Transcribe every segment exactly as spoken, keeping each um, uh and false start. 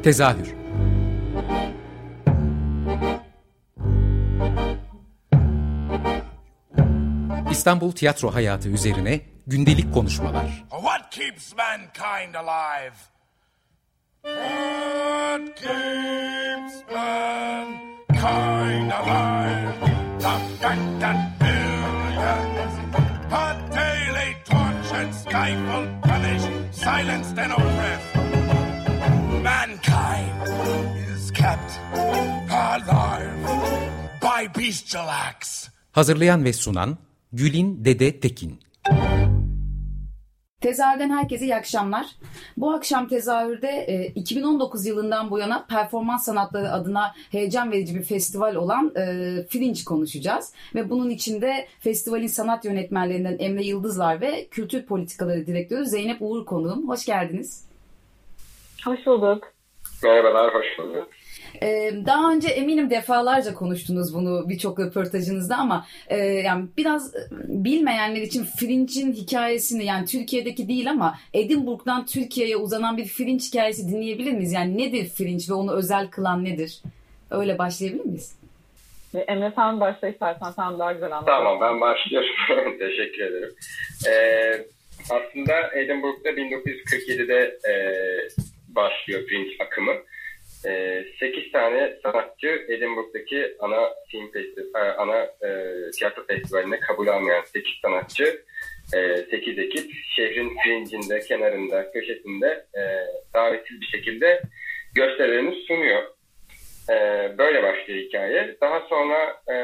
Tezahür. İstanbul tiyatro hayatı üzerine gündelik konuşmalar. What keeps mankind alive? What keeps mankind alive? The fact that billions are daily tortured, stifled, punished, silenced and oppressed. Mankind is kept alive by bestial acts. Hazırlayan ve sunan Gülin Dede Tekin. Tezahürden herkese iyi akşamlar. Bu akşam tezahürde e, iki bin on dokuz yılından bu yana performans sanatları adına heyecan verici bir festival olan e, Fringe konuşacağız. Ve bunun içinde festivalin sanat yönetmenlerinden Emre Yıldızlar ve Kültür Politikaları Direktörü Zeynep Uğur konuğum. Hoş geldiniz. Hoş bulduk. Merhabalar, hoş bulduk. Ee, daha önce eminim defalarca konuştunuz bunu birçok röportajınızda ama e, yani biraz bilmeyenler için Fringe'in hikayesini, yani Türkiye'deki değil ama Edinburgh'dan Türkiye'ye uzanan bir Fringe hikayesi dinleyebilir miyiz? Yani nedir Fringe ve onu özel kılan nedir? Öyle başlayabilir miyiz? Emre sen başla istersen, sen daha güzel anlat. Tamam, ben başlıyorum. Teşekkür ederim. Ee, aslında Edinburgh'da bin dokuz yüz kırk yedide e, başlıyor Fringe akımı. sekiz tane sanatçı Edinburgh'daki ana film festivali, ana e, tiyatro festivaline kabul almayan sekiz sanatçı, sekiz ekip şehrin fringe'inde, kenarında, köşesinde e, davetsiz bir şekilde gösterilerini sunuyor. E, böyle başlıyor hikaye. Daha sonra e,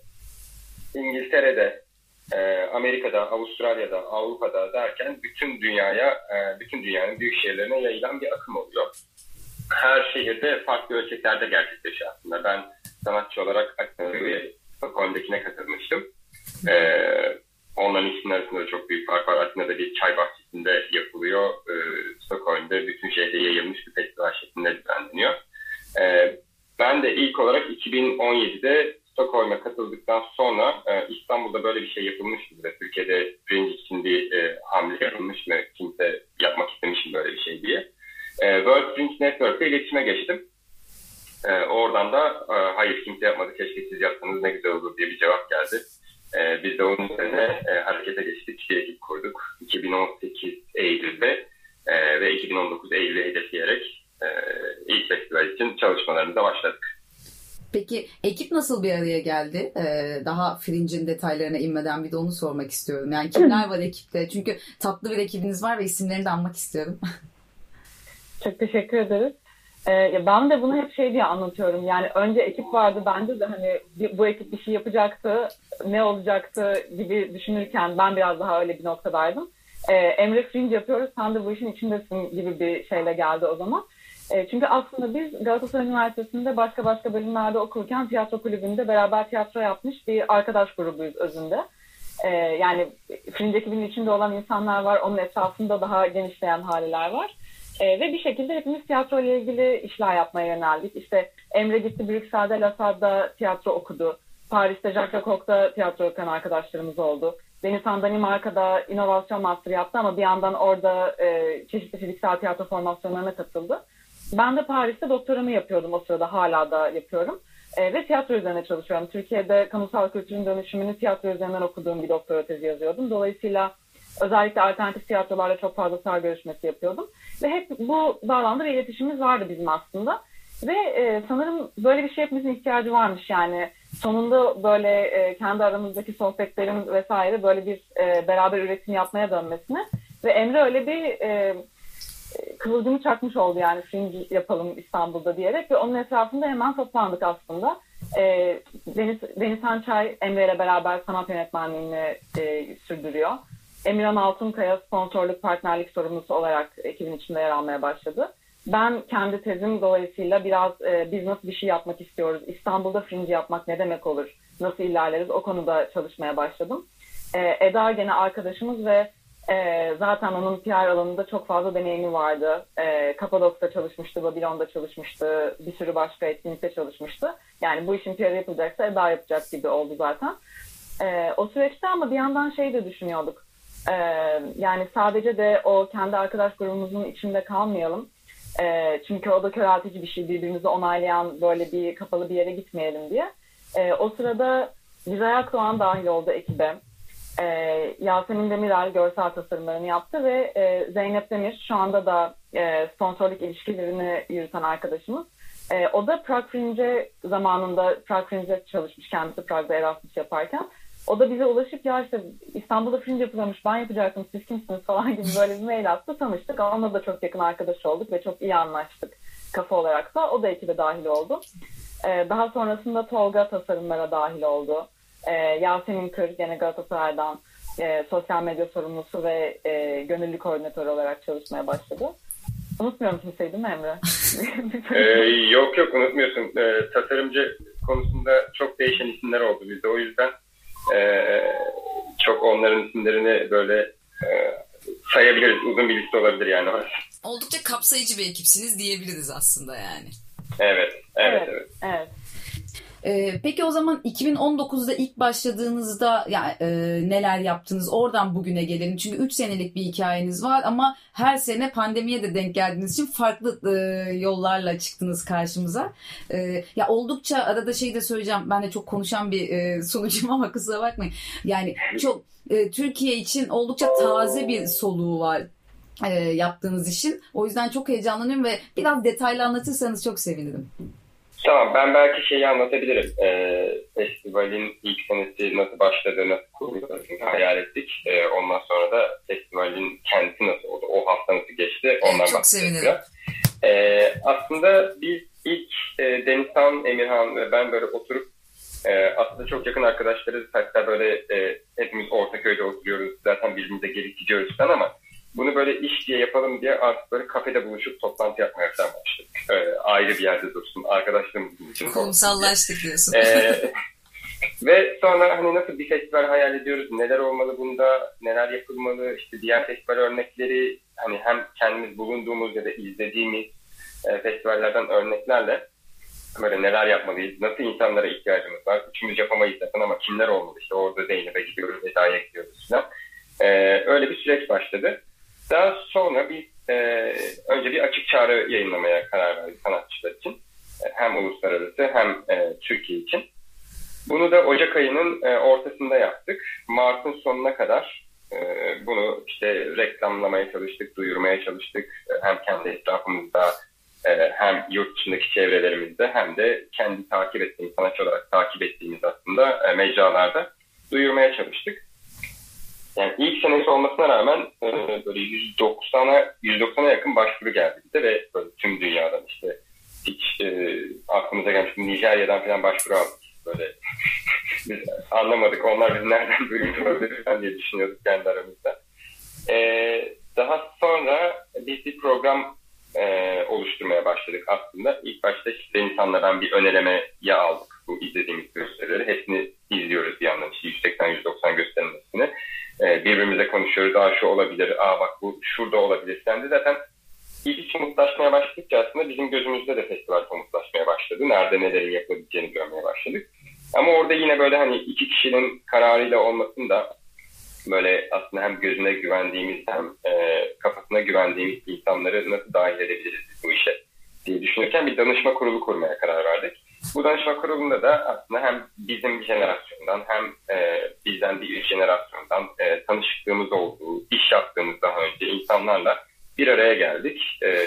İngiltere'de, e, Amerika'da, Avustralya'da, Avrupa'da derken bütün dünyaya, e, bütün dünyanın büyük şehirlerine yayılan bir akım oluyor. Her şehirde farklı ölçeklerde gerçekleşiyor aslında. Ben sanatçı olarak Stockholm'dakine katılmıştım. Ee, onların ikisinin arasında da çok büyük fark var. Aslında bir çay bahçesinde yapılıyor. Ee, Stockholm'da bütün şehre yayılmış bir festival şeklinde düzenleniyor. Ee, ben de ilk olarak iki bin on yedide Stockholm'a katıldıktan sonra e, İstanbul'da böyle bir şey yapılmış mı? Türkiye'de Fringe için bir e, hamle yapılmış mı? Kimse yapmak istemiş mi böyle bir şey diye. World Fringe Network'te iletişime geçtim. Ee, oradan da e, hayır kimse yapmadı, keşke siz yapsanız ne güzel olur diye bir cevap geldi. Ee, biz de onun üzerine e, harekete geçtik, bir ekip kurduk. iki bin on sekiz Eylül'de e, ve iki bin on dokuz Eylül'e hedefleyerek e, ilk festival için çalışmalarımıza başladık. Peki ekip nasıl bir araya geldi? Ee, daha Fringe'in detaylarına inmeden bir de onu sormak istiyorum. Yani kimler var ekipte? Çünkü tatlı bir ekibiniz var ve isimlerini de anmak istiyorum. Çok teşekkür ederiz. Ee, ben de bunu hep şey diye anlatıyorum. Yani önce ekip vardı bende de, hani bu ekip bir şey yapacaktı, ne olacaktı gibi düşünürken ben biraz daha öyle bir noktadaydım. Ee, Emre Fringe yapıyoruz, sen de bu işin içindesin gibi bir şeyle geldi o zaman. Ee, çünkü aslında biz Galatasaray Üniversitesi'nde başka başka bölümlerde okurken tiyatro kulübünde beraber tiyatro yapmış bir arkadaş grubuyuz özünde. Ee, yani Fringe ekibinin içinde olan insanlar var, onun etrafında daha genişleyen haleler var. Ee, ve bir şekilde hepimiz tiyatro ile ilgili işler yapmaya yöneldik. İşte Emre gitti Brüksel'de La Saille'da tiyatro okudu. Paris'te Jacques Lecoq'ta tiyatro okuyan arkadaşlarımız oldu. Denizhan Danimarka'da inovasyon master yaptı ama bir yandan orada e, çeşitli fiziksel tiyatro formasyonlarına katıldı. Ben de Paris'te doktoramı yapıyordum o sırada, hala da yapıyorum. E, ve tiyatro üzerine çalışıyorum. Türkiye'de kamusal kültürün dönüşümünü tiyatro üzerinden okuduğum bir doktora tezi yazıyordum. Dolayısıyla özellikle alternatif tiyatrolarla çok fazla saha görüşmesi yapıyordum. Ve hep bu bağlamda bir iletişimimiz vardı bizim aslında. Ve e, sanırım böyle bir şey hepimizin ihtiyacı varmış yani. Sonunda böyle e, kendi aramızdaki sohbetlerin vesaire böyle bir e, beraber üretim yapmaya dönmesine. Ve Emre öyle bir e, kıvılcımı çakmış oldu yani, Fringe yapalım İstanbul'da diyerek. Ve onun etrafında hemen toplandık aslında. E, Deniz, Deniz Hançay Emre ile beraber sanat yönetmenliğini e, sürdürüyor. Emirhan Altunkaya sponsorluk partnerlik sorumlusu olarak ekibin içinde yer almaya başladı. Ben kendi tezim dolayısıyla biraz e, biz nasıl bir şey yapmak istiyoruz, İstanbul'da Fringe yapmak ne demek olur, nasıl ilerleriz, o konuda çalışmaya başladım. E, Eda gene arkadaşımız ve e, zaten onun P R alanında çok fazla deneyimi vardı. E, Kapadoks'ta çalışmıştı, Babilon'da çalışmıştı, bir sürü başka etkinlikte çalışmıştı. Yani bu işin P R yapılacaksa Eda yapacak gibi oldu zaten. E, o süreçte ama bir yandan şey de düşünüyorduk. Ee, yani sadece de o kendi arkadaş grubumuzun içinde kalmayalım. E, çünkü o da köreltici bir şey, birbirimizi onaylayan böyle bir kapalı bir yere gitmeyelim diye. E, o sırada Güzel Doğan dahil oldu ekibe. E, Yasemin Demirel görsel tasarımlarını yaptı ve e, Zeynep Demir şu anda da e, sponsorluk ilişkilerini yürüten arkadaşımız. E, o da Prague Fringe zamanında Prague Fringe'de çalışmış kendisi, Prague'da Erasmus yaparken. O da bize ulaşıp ya işte İstanbul'da Fringe yapılmış, ben yapacaktım, siz kimsiniz falan gibi böyle bir mail attı, tanıştık. Onunla da çok yakın arkadaş olduk ve çok iyi anlaştık kafa olarak da. O da ekibe dahil oldu. E, daha sonrasında Tolga tasarımlara dahil oldu. E, Yasemin Kır gene Galatasaray'dan e, sosyal medya sorumlusu ve e, gönüllü koordinatör olarak çalışmaya başladı. Unutmuyorum kimseyi değil mi Emre? ee, yok yok unutmuyorsun. Ee, tasarımcı konusunda çok değişen isimler oldu bizde. O yüzden e, çok onların isimlerini böyle e, sayabiliriz. Uzun bir liste olabilir yani. Oldukça kapsayıcı bir ekipsiniz diyebiliriz aslında yani. Evet, evet, evet. evet. evet. Ee, peki o zaman iki bin on dokuzda ilk başladığınızda yani, e, neler yaptınız? Oradan bugüne gelelim. Çünkü üç senelik bir hikayeniz var ama her sene pandemiye de denk geldiğiniz için farklı e, yollarla çıktınız karşımıza. E, ya oldukça arada şey de söyleyeceğim. Ben de çok konuşan bir e, sunucuyum ama kusura bakmayın. Yani çok e, Türkiye için oldukça taze bir soluğu var e, yaptığınız işin. O yüzden çok heyecanlanıyorum ve biraz detaylı anlatırsanız çok sevinirim. Tamam, ben belki şeyi anlatabilirim. Ee, festivalin ilk senesi nasıl başladı, nasıl kuruldu, çünkü hayal ettik. Ee, ondan sonra da festivalin kendisi nasıl oldu, o hafta nasıl geçti, ondan evet, çok sevinirim. Ee, aslında biz ilk e, Denizhan, Emirhan ve ben böyle oturup e, aslında çok yakın arkadaşlarız. Hatta böyle e, hepimiz Ortaköy'de oturuyoruz. Zaten birbirimize gelip gidiyoruz falan ama bunu böyle iş diye yapalım diye artık böyle kafede buluşup toplantı yapmaya falan başladık. Ee, ayrı bir yerde dursun. Arkadaşlarımız için. Kurumsallaştık diyorsun. Ee, ve sonra hani nasıl bir festival hayal ediyoruz? Neler olmalı bunda? Neler yapılmalı? İşte diğer festival örnekleri hani hem kendimiz bulunduğumuz ya da izlediğimiz e, festivallerden örneklerle böyle neler yapmalıyız? Nasıl insanlara ihtiyacımız var? Üçümüz yapamayız zaten ama kimler olmalı? İşte orada Zeynep'e gidiyoruz, Eda'ya gidiyoruz falan. Ee, öyle bir süreç başladı. Daha sonra biz e, önce bir açık çağrı yayınlamaya karar verdik sanatçılar için. E, hem uluslararası hem e, Türkiye için. Bunu da Ocak ayının e, ortasında yaptık. Mart'ın sonuna kadar e, bunu işte reklamlamaya çalıştık, duyurmaya çalıştık. E, hem kendi etrafımızda e, hem yurt dışındaki çevrelerimizde hem de kendi takip ettiğimiz, sanatçı olarak takip ettiğimiz aslında e, mecralarda duyurmaya çalıştık. Yani ilk senesi olmasına rağmen e, böyle yüz doksana yüz doksana yakın başvuru geldi bize ve böyle tüm dünyadan işte hiç e, aklımıza gelmiş Nijerya'dan falan başvuru aldık. Böyle biz anlamadık, onlar bizi nereden duyuyor diye düşünüyorduk kendi aramızda. E, daha sonra biz bir program e, oluşturmaya başladık aslında. İlk başta işte insanlardan bir önelemeye aldık bu izlediğimiz gösterileri. Hepsini izliyoruz bir yandan, işte yüz seksen yüz doksan gösterilmesini. Birbirimize konuşuyoruz. Aa şu olabilir, aa bak bu şurada olabilir. Sen de zaten ilk somutlaşmaya başladıkça aslında bizim gözümüzde de festival somutlaşmaya başladı. Nerede nelerin yapılabileceğini görmeye başladık. Ama orada yine böyle hani iki kişinin kararıyla olmasında böyle aslında hem gözüne güvendiğimiz hem e, kafasına güvendiğimiz insanları nasıl dahil edebiliriz bu işe diye düşünürken bir danışma kurulu kurmaya karar verdik. Bu danışma kurulunda da aslında hem bizim jenerasyondan hem e, bizden bir üst jenerasyondan e, tanışıklığımız olduğu, iş yaptığımız daha önce insanlarla bir araya geldik. E,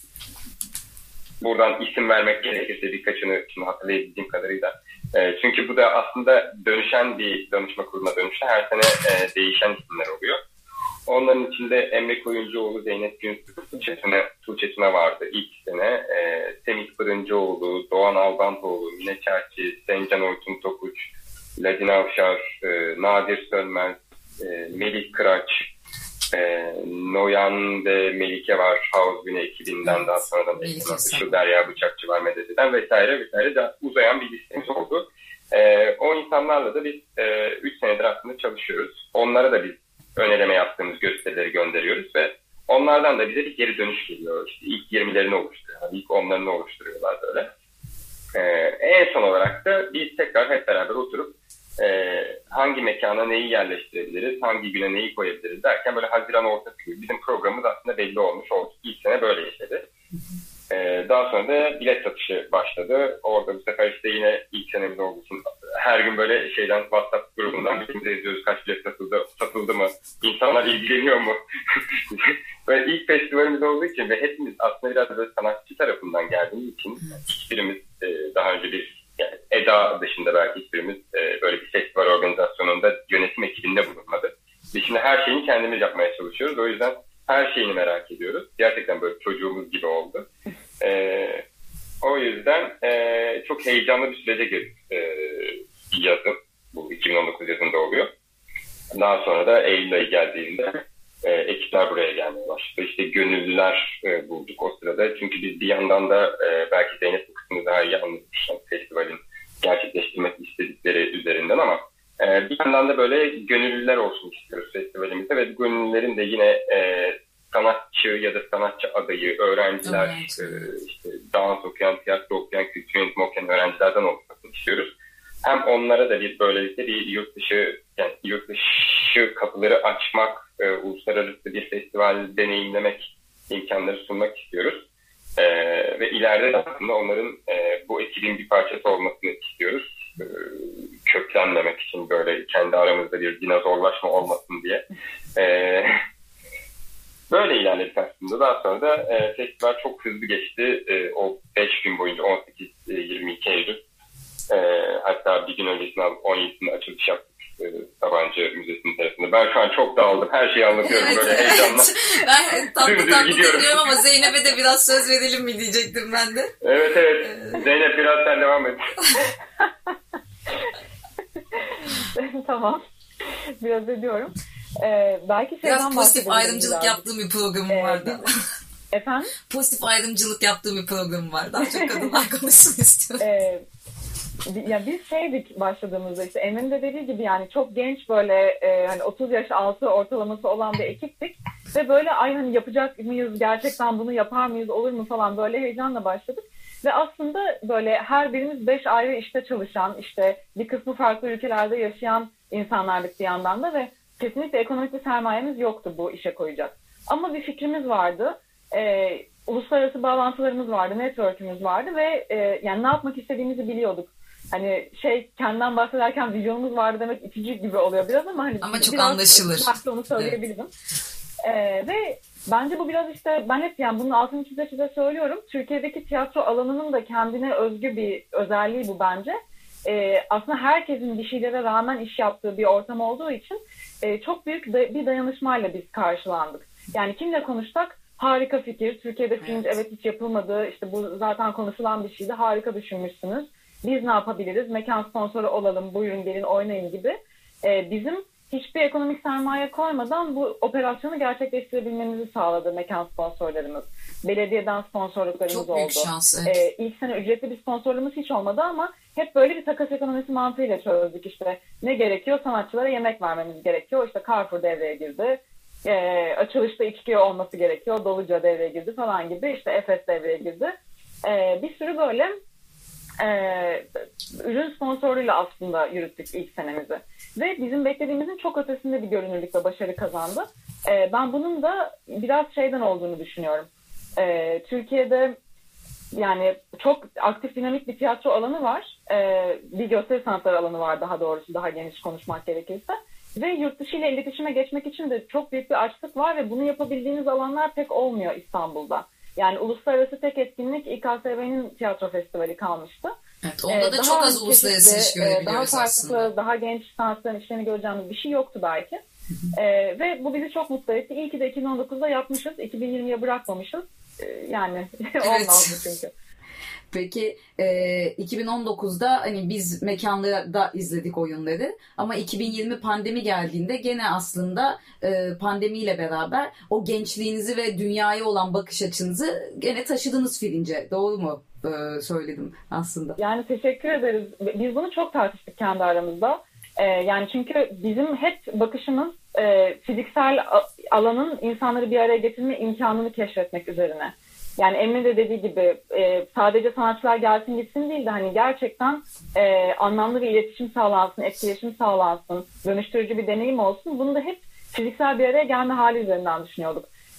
buradan isim vermek gerekirse birkaçını şimdi hatırlayabildiğim kadarıyla. E, çünkü bu da aslında dönüşen bir danışma kuruluna dönüşte her sene e, değişen isimler oluyor. Onların içinde Emre Koyuncuoğlu, Zeynep Günsüz, Tuğçe Tuna vardı ilk sene. E, Semih Fırıncıoğlu, Doğan Albantoğlu, Mine Çerçi, Sencan Oytun Tokuç, Ladin Avşar, e, Nadir Sönmez, e, Melih Kıraç, e, Noyan ve Melike var. Havzbine ekibinden daha sonradan şu Derya Bıçakçı var Medede'den vesaire vesaire de uzayan bir listemiz oldu. E, o insanlarla da biz üç e, senedir aslında çalışıyoruz. Onlara da biz öneleme yaptığımız gösterileri gönderiyoruz ve onlardan da bize bir geri dönüş geliyor. İşte ilk yirmilerini oluşturuyorlar, ilk onlarını oluşturuyorlar böyle. Ee, en son olarak da biz tekrar hep beraber oturup e, hangi mekana neyi yerleştirebiliriz, hangi güne neyi koyabiliriz derken böyle Haziran ortası gibi bizim programımız aslında belli olmuş oldu. İlk sene böyle işledi. Ee, daha sonra da bilet satışı başladı. Orada bu sefer işte yine ilk senemiz olduğu için her gün böyle şeyden, WhatsApp grubundan birbirimize yazıyoruz. Kaç bilet satıldı, satıldı mı? İnsanlar ilgileniyor mu? Böyle ilk festivalimiz olduğu için ve hepimiz aslında biraz da sanatçı tarafından geldiğimiz için hiçbirimiz e, daha önce bir, yani Eda dışında belki hiçbirimiz e, böyle bir festival organizasyonunda yönetim ekibinde bulunmadı. Biz şimdi her şeyini kendimiz yapmaya çalışıyoruz. O yüzden her şeyini merak ediyoruz. Gerçekten böyle çocuğumuz gibi oldu. Ee, o yüzden e, çok heyecanlı bir sürece girdik e, yazın. Bu iki bin on dokuz yazında oluyor. Daha sonra da Eylül ayı geldiğinde e, ekipler buraya gelmeye başladı. İşte gönüllüler e, bulduk o sırada. Çünkü biz bir yandan da e, belki Zeynep bu kısmını daha iyi anlatmış. Festivalin gerçekleştirmek istedikleri üzerinden ama e, bir yandan da böyle gönüllüler olsun istiyoruz festivalimizde ve gönüllülerin de yine e, sanatçı ya da sanatçı adayı, öğrenciler, e, işte dans okuyan, tiyatro okuyan, kültür yönetimi okuyan öğrencilerden olmasını istiyoruz. Hem onlara da bir böylelikle bir yurt dışı, yani yurt dışı kapıları açmak, e, uluslararası bir festival deneyimlemek imkanları sunmak istiyoruz. E, ve ileride de aslında onların e, bu ekibin bir parçası olmasını istiyoruz. E, köklenmemek için böyle kendi aramızda bir dinozorlaşma olmasın diye. E, Böyle ilerledik aslında. Daha sonra da e, festival çok hızlı geçti. E, o beş gün boyunca on sekiz yirmi iki Eylül. E, hatta bir gün öncesinde on yedisinde açılış yaptık e, Sabancı Müzesi'nin tarafında. Ben şu an çok dağıldım. Her şeyi anlatıyorum Evet, böyle evet. heyecanla. Ben tatlı Dümdüz tatlı gidiyorum. dinliyorum ama Zeynep'e de biraz söz verelim mi diyecektim ben de. Evet evet. Zeynep biraz sen devam et. Tamam. Biraz ediyorum. Ee, belki şeyden Biraz pozitif bahsedelim ayrımcılık biraz. yaptığım bir programım Ee, vardı. Efendim? Pozitif ayrımcılık yaptığım bir programım var. Daha çok kadınlar konuşsun istiyorum. Ee, ya biz şeydik başladığımızda, işte Emre'nin de dediği gibi, yani çok genç, böyle e, hani otuz yaş altı ortalaması olan bir ekiptik ve böyle ay hani yapacak mıyız, gerçekten bunu yapar mıyız, olur mu falan, böyle heyecanla başladık ve aslında böyle her birimiz beş ayrı işte çalışan, işte bir kısmı farklı ülkelerde yaşayan insanlardık bir yandan da ve kesinlikle ekonomik bir sermayemiz yoktu bu işe koyacak. Ama bir fikrimiz vardı. E, uluslararası bağlantılarımız vardı, network'ümüz vardı ve e, yani ne yapmak istediğimizi biliyorduk. Hani şey, kendimden bahsederken vizyonumuz vardı demek itici gibi oluyor biraz ama hani ama çok biraz anlaşılır. farklı onu söyleyebilirim. Evet. E, ve bence bu biraz işte, ben hep yani bunun altını çize çize söylüyorum. Türkiye'deki tiyatro alanının da kendine özgü bir özelliği bu bence. E, aslında herkesin bir şeylere rağmen iş yaptığı bir ortam olduğu için e, çok büyük de, bir dayanışmayla biz karşılandık. Yani kimle konuşsak harika fikir, Türkiye'de Fringe evet. evet hiç yapılmadı, işte bu zaten konuşulan bir şeydi, harika düşünmüşsünüz, biz ne yapabiliriz, mekan sponsoru olalım, buyurun gelin oynayın gibi. E, bizim hiçbir ekonomik sermaye koymadan bu operasyonu gerçekleştirebilmemizi sağladı mekan sponsorlarımız. Belediyeden sponsorluklarımız oldu. Çok büyük oldu. şans. Evet. Ee, ilk sene ücretli bir sponsorluğumuz hiç olmadı ama hep böyle bir takas ekonomisi mantığıyla çözdük. İşte ne gerekiyor? Sanatçılara yemek vermemiz gerekiyor. İşte Carrefour devreye girdi. Ee, açılışta içki olması gerekiyor. Doluca devreye girdi falan gibi. İşte Efes devreye girdi. Ee, bir sürü böyle e, ürün sponsorluğuyla aslında yürüttük ilk senemizi. Ve bizim beklediğimizin çok ötesinde bir görünürlük ve başarı kazandı. Ee, ben bunun da biraz şeyden olduğunu düşünüyorum. Ee, Türkiye'de yani çok aktif, dinamik bir tiyatro alanı var. Ee, bir gösteri sanatları alanı var, daha doğrusu, daha geniş konuşmak gerekirse. Ve yurt dışı ile iletişime geçmek için de çok büyük bir açlık var ve bunu yapabildiğiniz alanlar pek olmuyor İstanbul'da. Yani uluslararası tek etkinlik İ K S V'nin tiyatro festivali kalmıştı. Evet, onda da ee, çok az uluslararası iş görebiliyoruz daha farklı, aslında. Daha genç sanatçıların işlerini göreceğimiz bir şey yoktu belki. ee, ve bu bizi çok mutlu etti. İyi ki de iki bin on dokuzda yapmışız, iki bin yirmiye bırakmamışız. Ee, yani Evet. olmazdı çünkü. Peki e, iki bin on dokuzda hani biz mekanlarda izledik oyunları ama iki bin yirmi pandemi geldiğinde gene aslında e, pandemiyle beraber o gençliğinizi ve dünyaya olan bakış açınızı gene taşıdınız Fringe'e. Doğru mu e, söyledim aslında? Yani teşekkür ederiz. Biz bunu çok tartıştık kendi aramızda. Ee, yani çünkü bizim hep bakışımız e, fiziksel alanın insanları bir araya getirme imkanını keşfetmek üzerine. Yani Emre de dediği gibi e, sadece sanatçılar gelsin gitsin değil de hani gerçekten e, anlamlı bir iletişim sağlansın, etkileşim sağlansın, dönüştürücü bir deneyim olsun. Bunu da hep fiziksel bir araya gelme hali üzerinden düşünüyorduk.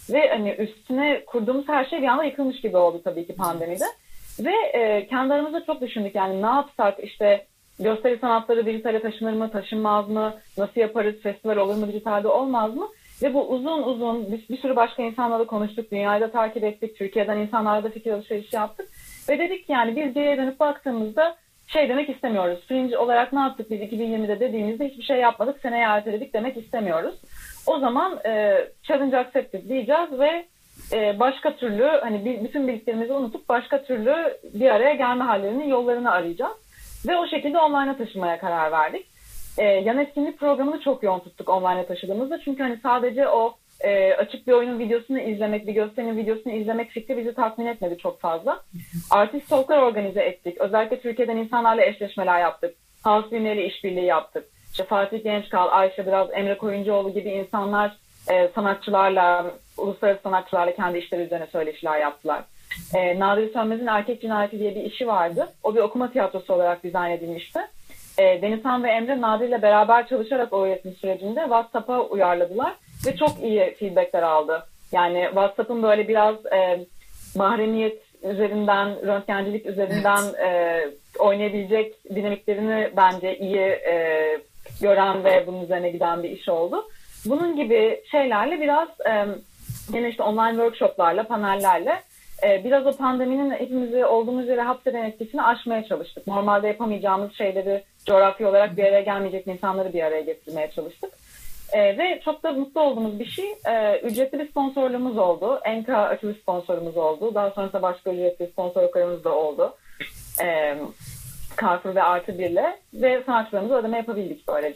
Ve hani üstüne kurduğumuz her şey bir anda yıkılmış gibi oldu tabii ki pandemide. Ve e, kendi aramızda çok düşündük yani ne yapsak, işte gösteri sanatları dijitale taşınır mı, taşınmaz mı, nasıl yaparız, festival olur mu, dijitalde olmaz mı? Ve bu uzun uzun bir, bir sürü başka insanlarla da konuştuk, dünyayı da takip ettik, Türkiye'den insanlarla da fikir alışverişi yaptık. Ve dedik ki yani biz geriye dönüp baktığımızda şey demek istemiyoruz. Fringe olarak ne yaptık biz iki bin yirmide dediğimizde hiçbir şey yapmadık, seneye erteledik demek istemiyoruz. O zaman e, challenge accepted diyeceğiz ve e, başka türlü hani bütün bildiklerimizi unutup başka türlü bir araya gelme hallerinin yollarını arayacağız. Ve o şekilde online'a taşımaya karar verdik. E, yan etkinlik programını çok yoğun tuttuk online'a taşıdığımızda. Çünkü hani sadece o e, açık bir oyunun videosunu izlemek, bir gösterinin videosunu izlemek fikri bizi tatmin etmedi çok fazla. Artist talklar organize ettik. Özellikle Türkiye'den insanlarla eşleşmeler yaptık. House filmleriyle işbirliği yaptık. İşte Fatih Gençkal, Ayşe Biraz, Emre Koyuncuoğlu gibi insanlar e, sanatçılarla, uluslararası sanatçılarla kendi işleri üzerine söyleşiler yaptılar. E, Nadir Sönmez'in Erkek Cinayeti diye bir işi vardı. O bir okuma tiyatrosu olarak dizayn edilmişti. E, Denizhan ve Emre Nadir'le beraber çalışarak o üretim sürecinde WhatsApp'a uyarladılar ve çok iyi feedbackler aldı. Yani WhatsApp'ın böyle biraz e, mahremiyet üzerinden, röntgencilik üzerinden evet. e, oynayabilecek dinamiklerini bence iyi e, gören ve bunun üzerine giden bir iş oldu. Bunun gibi şeylerle biraz e, yine işte online workshoplarla, panellerle e, biraz o pandeminin hepimizi olduğumuz yere hapseden etkisini aşmaya çalıştık. Normalde yapamayacağımız şeyleri coğrafi olarak bir araya gelmeyecek insanları bir araya getirmeye çalıştık. E, ve çok da mutlu olduğumuz bir şey, e, ücretli bir sponsorluğumuz oldu. Enka açılış sponsorumuz oldu. Daha sonrasında başka ücretli sponsorluklarımız da oldu. E, Carrefour ve Artı birle ve sanatçılarımıza ödeme yapabildik böylece.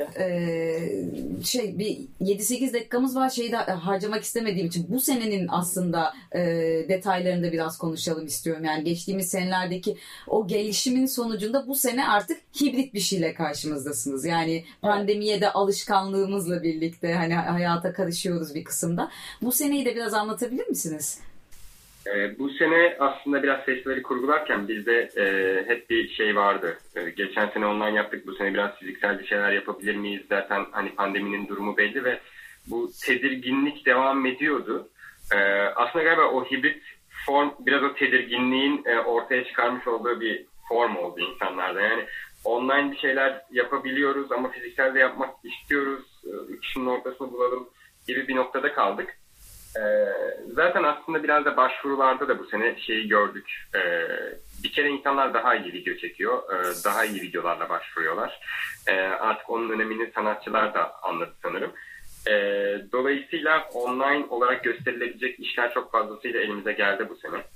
Ee, şey bir yedi sekiz dakikamız var. Şeyi de harcamak istemediğim için bu senenin aslında e, detaylarını da biraz konuşalım istiyorum. Yani geçtiğimiz senelerdeki o gelişimin sonucunda bu sene artık hibrit bir şeyle karşımızdasınız. Yani pandemiye de alışkanlığımızla birlikte hani hayata karışıyoruz bir kısımda. Bu seneyi de biraz anlatabilir misiniz? Ee, bu sene aslında biraz festivali kurgularken bizde e, hep bir şey vardı. E, geçen sene online yaptık, bu sene biraz fiziksel bir şeyler yapabilir miyiz? Zaten hani pandeminin durumu belli ve bu tedirginlik devam ediyordu. E, aslında galiba o hibrit form biraz o tedirginliğin e, ortaya çıkarmış olduğu bir form oldu insanlarda. Yani online bir şeyler yapabiliyoruz ama fiziksel de yapmak istiyoruz. E, ikisinin ortasını bulalım gibi bir noktada kaldık. Ee, zaten aslında biraz da başvurularda da bu sene şeyi gördük. Ee, bir kere insanlar daha iyi video çekiyor. Ee, daha iyi videolarla başvuruyorlar. Ee, artık onun önemini sanatçılar da anladı sanırım. Ee, dolayısıyla online olarak gösterilebilecek işler çok fazlasıyla elimize geldi bu sene.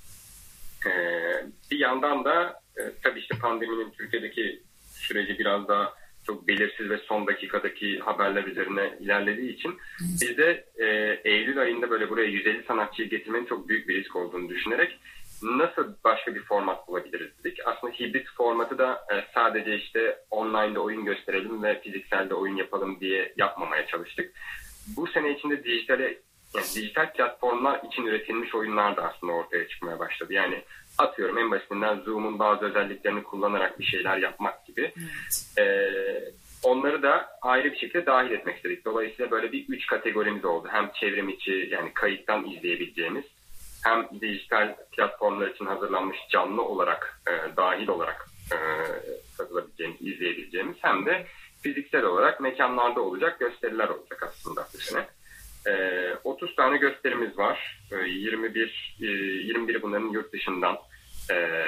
Ee, bir yandan da e, tabii işte pandeminin Türkiye'deki süreci biraz daha çok belirsiz ve son dakikadaki haberler üzerine ilerlediği için biz de e, Eylül ayında böyle buraya yüz elli sanatçıyı getirmenin çok büyük bir risk olduğunu düşünerek nasıl başka bir format bulabiliriz dedik. Aslında hibrit formatı da e, sadece işte online'da oyun gösterelim ve fizikselde oyun yapalım diye yapmamaya çalıştık. Bu sene içinde dijitale, yani dijital platformlar için üretilmiş oyunlar da aslında ortaya çıkmaya başladı. Yani atıyorum en basitinden Zoom'un bazı özelliklerini kullanarak bir şeyler yapmak gibi. Evet. Ee, onları da ayrı bir şekilde dahil etmek istedik. Dolayısıyla böyle bir üç kategorimiz oldu. Hem çevrim içi yani kayıttan izleyebileceğimiz, hem dijital platformlar için hazırlanmış canlı olarak e, dahil olarak e, katılabileceğimiz, izleyebileceğimiz, hem de fiziksel olarak mekanlarda olacak gösteriler olacak aslında bu sene. E, otuz tane gösterimiz var. E, yirmi bir e, yirmi biri bunların yurt dışından, e,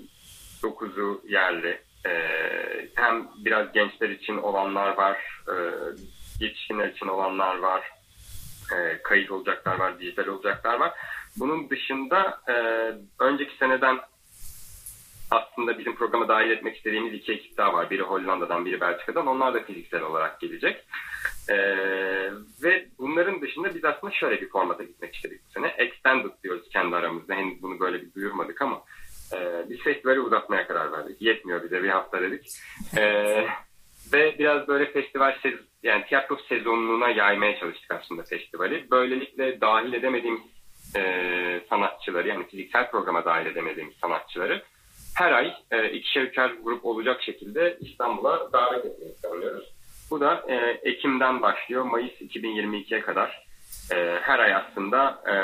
dokuzu yerli. E, hem biraz gençler için olanlar var, e, yetişkinler için olanlar var, e, kayıt olacaklar var, dijital olacaklar var. Bunun dışında e, önceki seneden aslında bizim programa dahil etmek istediğimiz iki ekip daha var. Biri Hollanda'dan, biri Belçika'dan. Onlar da fiziksel olarak gelecek. Ee, ve bunların dışında biz aslında şöyle bir formata gitmek istedik bu sene. Extended diyoruz kendi aramızda. Henüz bunu böyle bir duyurmadık ama e, biz festivali uzatmaya karar verdik. Yetmiyor bize, bir hafta dedik. Ee, ve biraz böyle festival sez- yani tiyatro sezonluğuna yaymaya çalıştık aslında festivali. Böylelikle dahil edemediğimiz e, sanatçıları, yani fiziksel programa dahil edemediğimiz sanatçıları her ay e, ikişer üçer grup olacak şekilde İstanbul'a davet etmeyi planlıyoruz. Bu da e, Ekim'den başlıyor, Mayıs iki bin yirmi ikiye kadar e, her ay aslında e,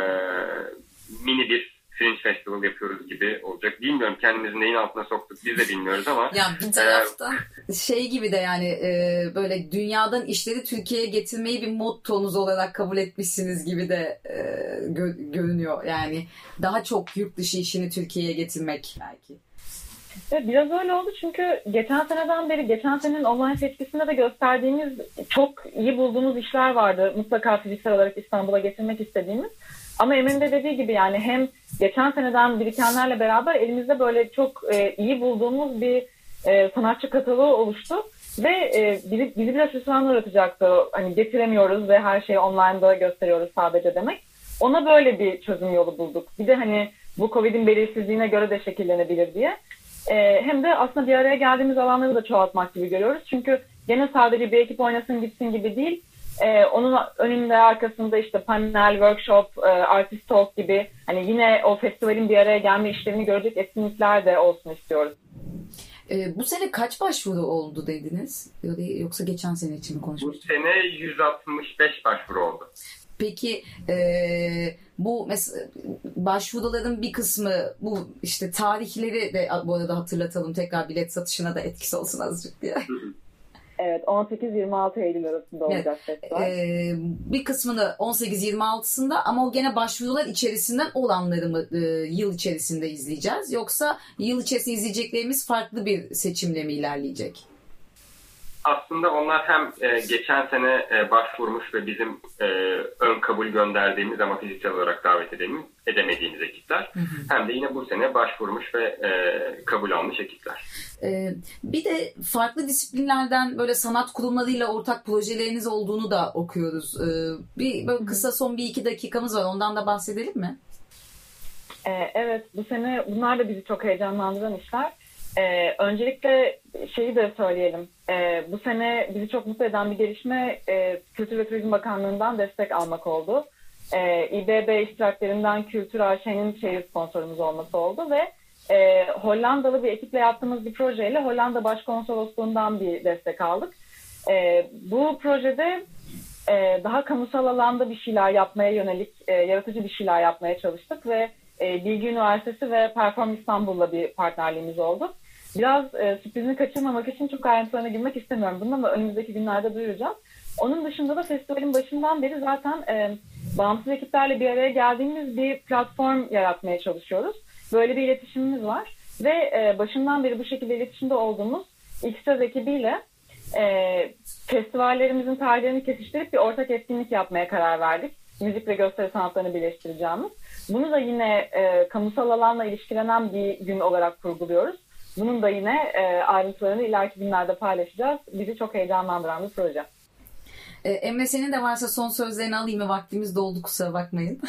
mini bir Fringe Festival yapıyoruz gibi olacak. Bilmiyorum kendimizi neyin altına soktuk biz de bilmiyoruz ama. Ya bir taraftan şey gibi de yani e, böyle dünyadan işleri Türkiye'ye getirmeyi bir mottonuz olarak kabul etmişsiniz gibi de e, gö- görünüyor. Yani daha çok yurt dışı işini Türkiye'ye getirmek belki. Evet, biraz öyle oldu çünkü geçen seneden beri, geçen senenin online seçkisinde de gösterdiğimiz çok iyi bulduğumuz işler vardı. Mutlaka fiziksel olarak İstanbul'a getirmek istediğimiz. Ama Emin de dediği gibi yani hem geçen seneden birikenlerle beraber elimizde böyle çok e, iyi bulduğumuz bir e, sanatçı kataloğu oluştu. Ve e, bizi, bizi biraz hüsran uğratacaktı. Hani getiremiyoruz ve her şeyi online'da gösteriyoruz sadece demek. Ona böyle bir çözüm yolu bulduk. Bir de hani bu Covid'in belirsizliğine göre de şekillenebilir diye. E, hem de aslında bir araya geldiğimiz alanları da çoğaltmak gibi görüyoruz. Çünkü gene sadece bir ekip oynasın gitsin gibi değil. Ee, onun önünde arkasında işte panel, workshop, e, artist talk gibi hani yine o festivalin bir araya gelme işlerini görecek etkinlikler de olsun istiyoruz. Ee, bu sene kaç başvuru oldu dediniz? Yoksa geçen sene için mi konuşmuştuk? Bu sene yüz altmış beş başvuru oldu. Peki e, bu mesela başvuruların bir kısmı bu işte tarihleri de bu arada hatırlatalım tekrar bilet satışına da etkisi olsun azıcık diye. Evet, on sekiz yirmi altı Eylül arasında olacak evet. festival. Ee, bir kısmını on sekiz yirmi altısında ama o gene başvurular içerisinden olanları mı e, yıl içerisinde izleyeceğiz? Yoksa yıl içerisinde izleyeceklerimiz farklı bir seçimle mi ilerleyecek? Aslında onlar hem e, geçen sene e, başvurmuş ve bizim e, ön kabul gönderdiğimiz ama fiziksel olarak davet edemiz, edemediğimiz ekipler. Hı hı. Hem de yine bu sene başvurmuş ve e, kabul almış ekipler. Ee, bir de farklı disiplinlerden böyle sanat kurumlarıyla ortak projeleriniz olduğunu da okuyoruz. Ee, bir böyle kısa son bir iki dakikamız var. Ondan da bahsedelim mi? Ee, evet, bu sene bunlar da bizi çok heyecanlandıran işler. Ee, öncelikle şeyi de söyleyelim. Ee, bu sene bizi çok mutlu eden bir gelişme e, Kültür ve Turizm Bakanlığı'ndan destek almak oldu. Ee, İ B B iştiraklerinden Kültür A Ş'nin şehir sponsorumuz olması oldu ve e, Hollandalı bir ekiple yaptığımız bir projeyle Hollanda Başkonsolosluğu'ndan bir destek aldık. E, bu projede e, daha kamusal alanda bir şeyler yapmaya yönelik e, yaratıcı bir şeyler yapmaya çalıştık ve e, Bilgi Üniversitesi ve Perform İstanbul'la bir partnerliğimiz oldu. Biraz e, sürprizini kaçırmamak için çok ayrıntılarına girmek istemiyorum bunun ama önümüzdeki günlerde duyuracağım. Onun dışında da festivalin başından beri zaten e, bağımsız ekiplerle bir araya geldiğimiz bir platform yaratmaya çalışıyoruz. Böyle bir iletişimimiz var ve e, başından beri bu şekilde iletişimde olduğumuz X-Söz ekibiyle e, festivallerimizin tarihlerini kesiştirip bir ortak etkinlik yapmaya karar verdik. Müzik ve gösteri sanatlarını birleştireceğimiz. Bunu da yine e, kamusal alanla ilişkilenen bir gün olarak kurguluyoruz. Bunun da yine e, ayrıntılarını ileriki günlerde paylaşacağız. Bizi çok heyecanlandıran bir proje. E, Emre senin de varsa son sözlerini alayım mı? Vaktimiz doldu kusura bakmayın.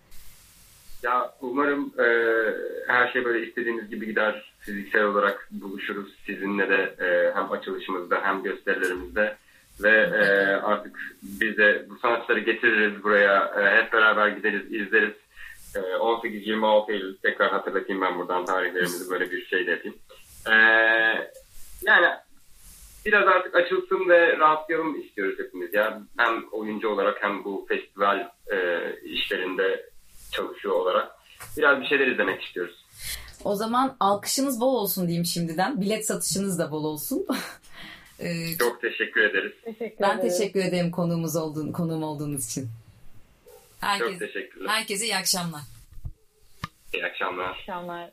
Ya umarım e, her şey böyle istediğimiz gibi gider. Fiziksel olarak buluşuruz sizinle de e, hem açılışımızda hem gösterilerimizde. Ve e, artık biz de bu sanatçıları getiririz buraya. E, hep beraber gideriz, izleriz. E, on sekiz yirmi altı Eylül tekrar hatırlatayım ben buradan tarihlerimizi böyle bir şey de yapayım. E, yani biraz artık açılsın ve rahatlayalım istiyoruz hepimiz ya. Hem oyuncu olarak hem bu festival e, işlerinde çalışıyor olarak biraz bir şeyler izlemek istiyoruz. O zaman alkışınız bol olsun diyeyim şimdiden. Bilet satışınız da bol olsun. ee, Çok teşekkür ederiz. Teşekkür ben ederiz. teşekkür ederim konuğumuz olduğun, konuğum olduğunuz için. Herkes, Çok teşekkürler. Herkese iyi akşamlar. İyi akşamlar. İyi akşamlar.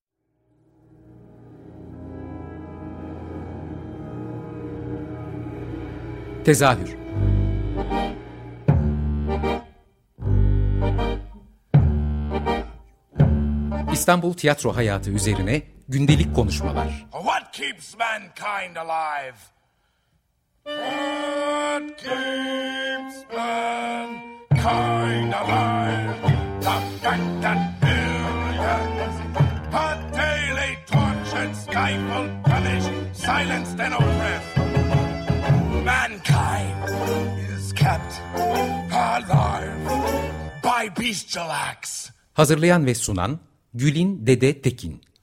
Tezahür. İstanbul tiyatro hayatı üzerine gündelik konuşmalar. What keeps mankind alive? What keeps mankind alive? The fact that billions are daily tortured, stifled, punished, silenced, and oppressed. Mankind is kept alive by bestial acts. Hazırlayan ve sunan Gülin Dede Tekin.